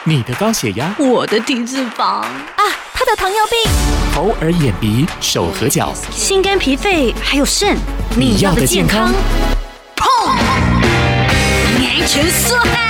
你的高血压， 我的低脂肪啊， 他的糖尿病， 头耳眼鼻手和脚， 心肝脾肺还有肾， 你要的健康， 砰！安全梭哈！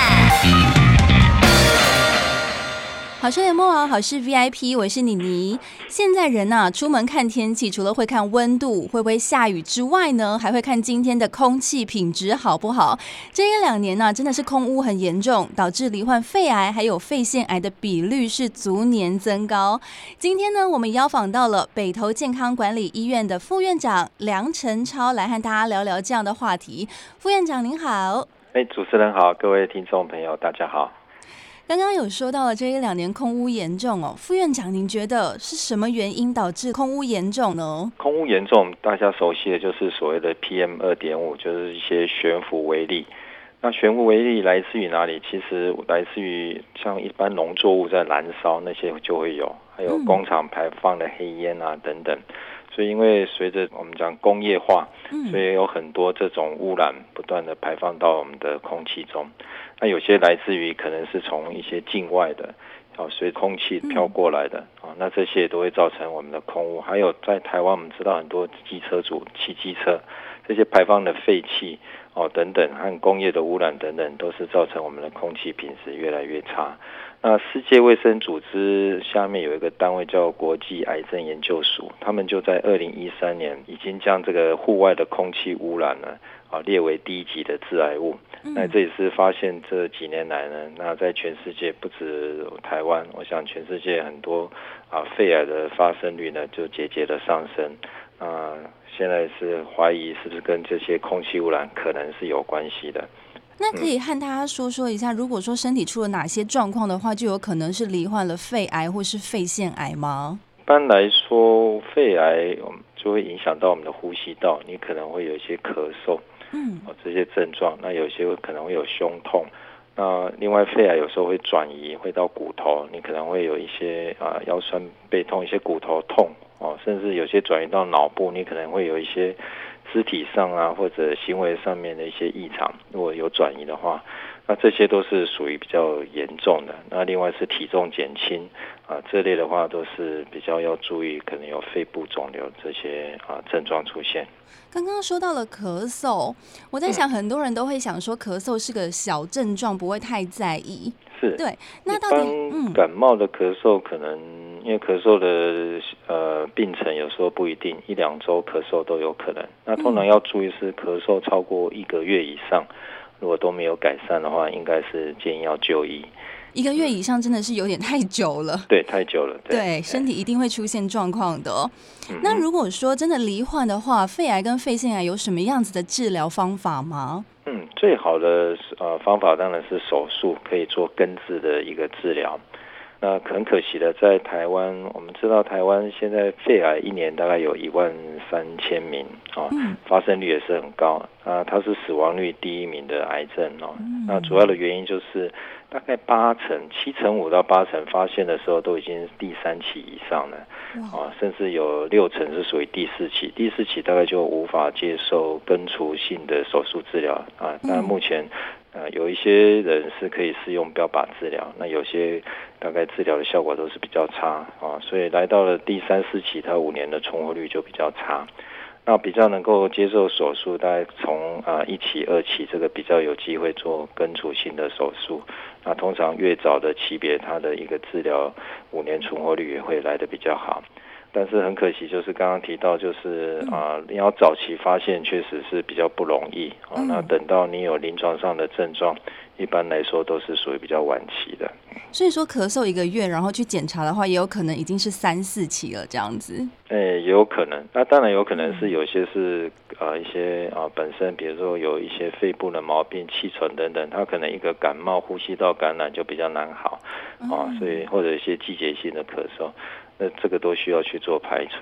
好事联盟网，好事 VIP， 我是妮妮。现在人出门看天气，除了会看温度会不会下雨之外呢，还会看今天的空气品质好不好。这1-2年真的是空污很严重，导致罹患肺癌还有肺腺癌的比率是逐年增高。今天呢，我们邀访到了北投健康管理医院的副院长梁晨超，来和大家聊聊这样的话题。副院长您好。 主持人好，各位听众朋友大家好。 刚刚有说到了这1-2年空污严重副院长您觉得是什么原因导致空污严重呢？ 空污严重大家熟悉的就是所谓的 PM2.5， 就是一些悬浮微粒。那悬浮微粒来自于哪里？其实来自于像一般农作物在燃烧那些就会有，还有工厂排放的黑烟等等。所以因为随着我们讲工业化，所以有很多这种污染不断的排放到我们的空气中。那有些来自于可能是从一些境外的随空气飘过来的那这些都会造成我们的空污。还有在台湾我们知道很多机车主骑机车，这些排放的废气等等和工业的污染等等，都是造成我们的空气品质越来越差。那世界卫生组织下面有一个单位叫国际癌症研究署，他们就在2013年已经将这个户外的空气污染呢列为第1级的致癌物。那这也是发现这几年来呢，那在全世界不止台湾，我想全世界很多肺癌的发生率呢就节节的上升。现在是怀疑是不是跟这些空气污染可能是有关系的。 那可以和大家说一下，如果说身体出了哪些状况的话，就有可能是罹患了肺癌或是肺腺癌吗？ 一般来说，肺癌就会影响到我们的呼吸道，你可能会有一些咳嗽，这些症状。那有些可能会有胸痛。那另外肺癌有时候会转移，会到骨头，你可能会有一些腰酸背痛，一些骨头痛甚至有些转移到脑部，你可能会有一些肢体上或者行为上面的一些异常，如果有转移的话，那这些都是属于比较严重的。那另外是体重减轻这类的话都是比较要注意，可能有肺部肿瘤这些症状出现。 刚刚说到了咳嗽，我在想很多人都会想说咳嗽是个小症状，不会太在意。 是， 对。那到底感冒的咳嗽可能因为咳嗽的病程有时候不一定1-2周咳嗽都有可能。那通常要注意是咳嗽超过1个月以上，如果都没有改善的话，应该是建议要就医。 1个月以上真的是有点太久了。 对，太久了。 对，身体一定会出现状况的那如果说真的罹患的话，肺癌跟肺腺癌有什么样子的治疗方法吗？ 最好的方法当然是手术，可以做根治的一个治疗。那很可惜的，在台湾，我们知道台湾现在肺癌1年大概有13000名发生率也是很高它是死亡率第1名的癌症那主要的原因就是大概7成5到8成发现的时候都已经是第3期以上了甚至有6成是属于第4期，第4期大概就无法接受根除性的手术治疗当然目前有一些人是可以适用标靶治疗，那有些大概治疗的效果都是比较差所以来到了第3、4期，它5年的存活率就比较差。那比较能够接受手术，大概从1期、2期这个比较有机会做根除性的手术。那通常越早的级别，它的一个治疗5年存活率也会来得比较好。但是很可惜，就是刚刚提到，就是你要早期发现确实是比较不容易那等到你有临床上的症状，一般来说都是属于比较晚期的。 所以说咳嗽1个月，然后去检查的话，也有可能已经是3、4期了这样子。 也有可能。那当然有可能是有些是一些本身比如说有一些肺部的毛病、气喘等等，它可能一个感冒、呼吸道感染就比较难好所以或者一些季节性的咳嗽，那这个都需要去做排除。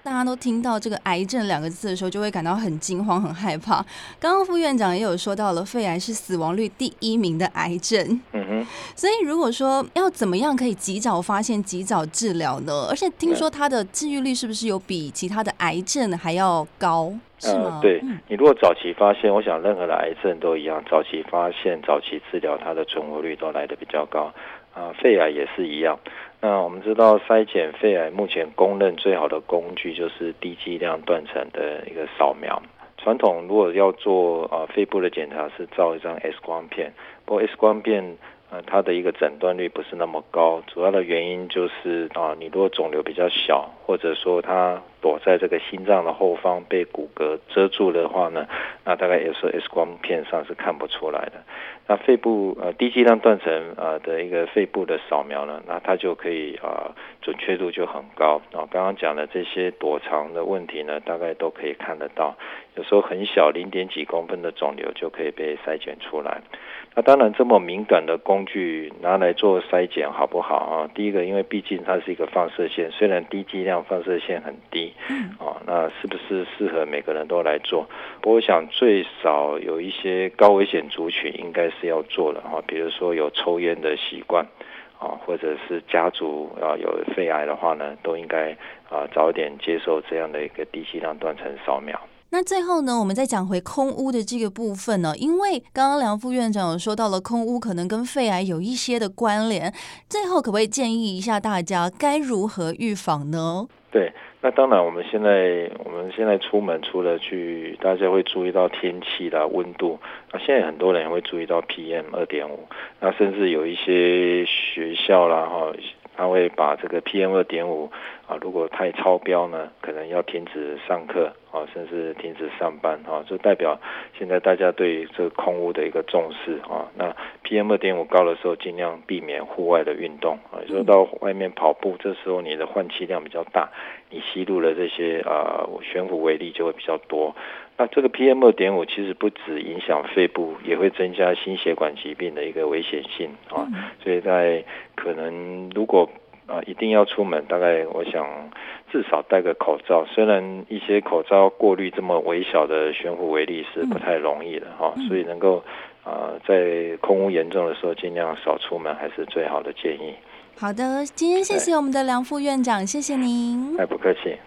大家都听到这个癌症2个字的时候，就会感到很惊慌、很害怕。刚刚副院长也有说到了，肺癌是死亡率第1名的癌症。所以如果说要怎么样可以及早发现、及早治疗呢？而且听说它的治愈率是不是有比其他的癌症还要高？是吗？ 对，你如果早期发现，我想任何的癌症都一样，早期发现、早期治疗，它的存活率都来得比较高。肺癌也是一样。那我们知道筛检肺癌目前公认最好的工具就是低剂量断层的一个扫描。传统如果要做肺部的检查是照一张 X 光片，不过 X 光片它的一个诊断率不是那么高，主要的原因就是你如果肿瘤比较小，或者说它躲在这个心脏的后方被骨骼遮住的话呢，那大概有时候 X 光片上是看不出来的。那肺部低剂量断层的一个肺部的扫描呢，那它就可以准确度就很高。刚刚讲的这些躲藏的问题呢，大概都可以看得到。有时候很小0点几公分的肿瘤就可以被筛检出来。那当然这么敏感的工具拿来做筛检好不好啊？第一个，因为毕竟它是一个放射线，虽然低剂量放射线很低那是不是适合每个人都来做？不过我想最少有一些高危险族群应该是要做的比如说有抽烟的习惯或者是家族有肺癌的话呢，都应该早点接受这样的一个低剂量断层扫描。 那最后呢，我们再讲回空污的这个部分呢，因为刚刚梁副院长有说到了空污可能跟肺癌有一些的关联，最后可不可以建议一下大家该如何预防呢？ 对，那当然我们现在出门除了去大家会注意到天气啦、温度，那现在很多人也会注意到 PM2.5， 那甚至有一些学校啦他会把这个 PM2.5如果太超标呢，可能要停止上课甚至停止上班就代表现在大家对这个空污的一个重视那 PM2.5 高的时候，尽量避免户外的运动有时候到外面跑步，这时候你的换气量比较大，你吸入了这些悬浮微粒就会比较多。那这个 PM2.5 其实不只影响肺部，也会增加心血管疾病的一个危险性所以在可能如果一定要出门，大概我想至少戴个口罩，虽然一些口罩过滤这么微小的悬浮微粒是不太容易的所以能够在空污严重的时候尽量少出门还是最好的建议。 好的，今天谢谢我们的梁副院长，谢谢您。 不客气。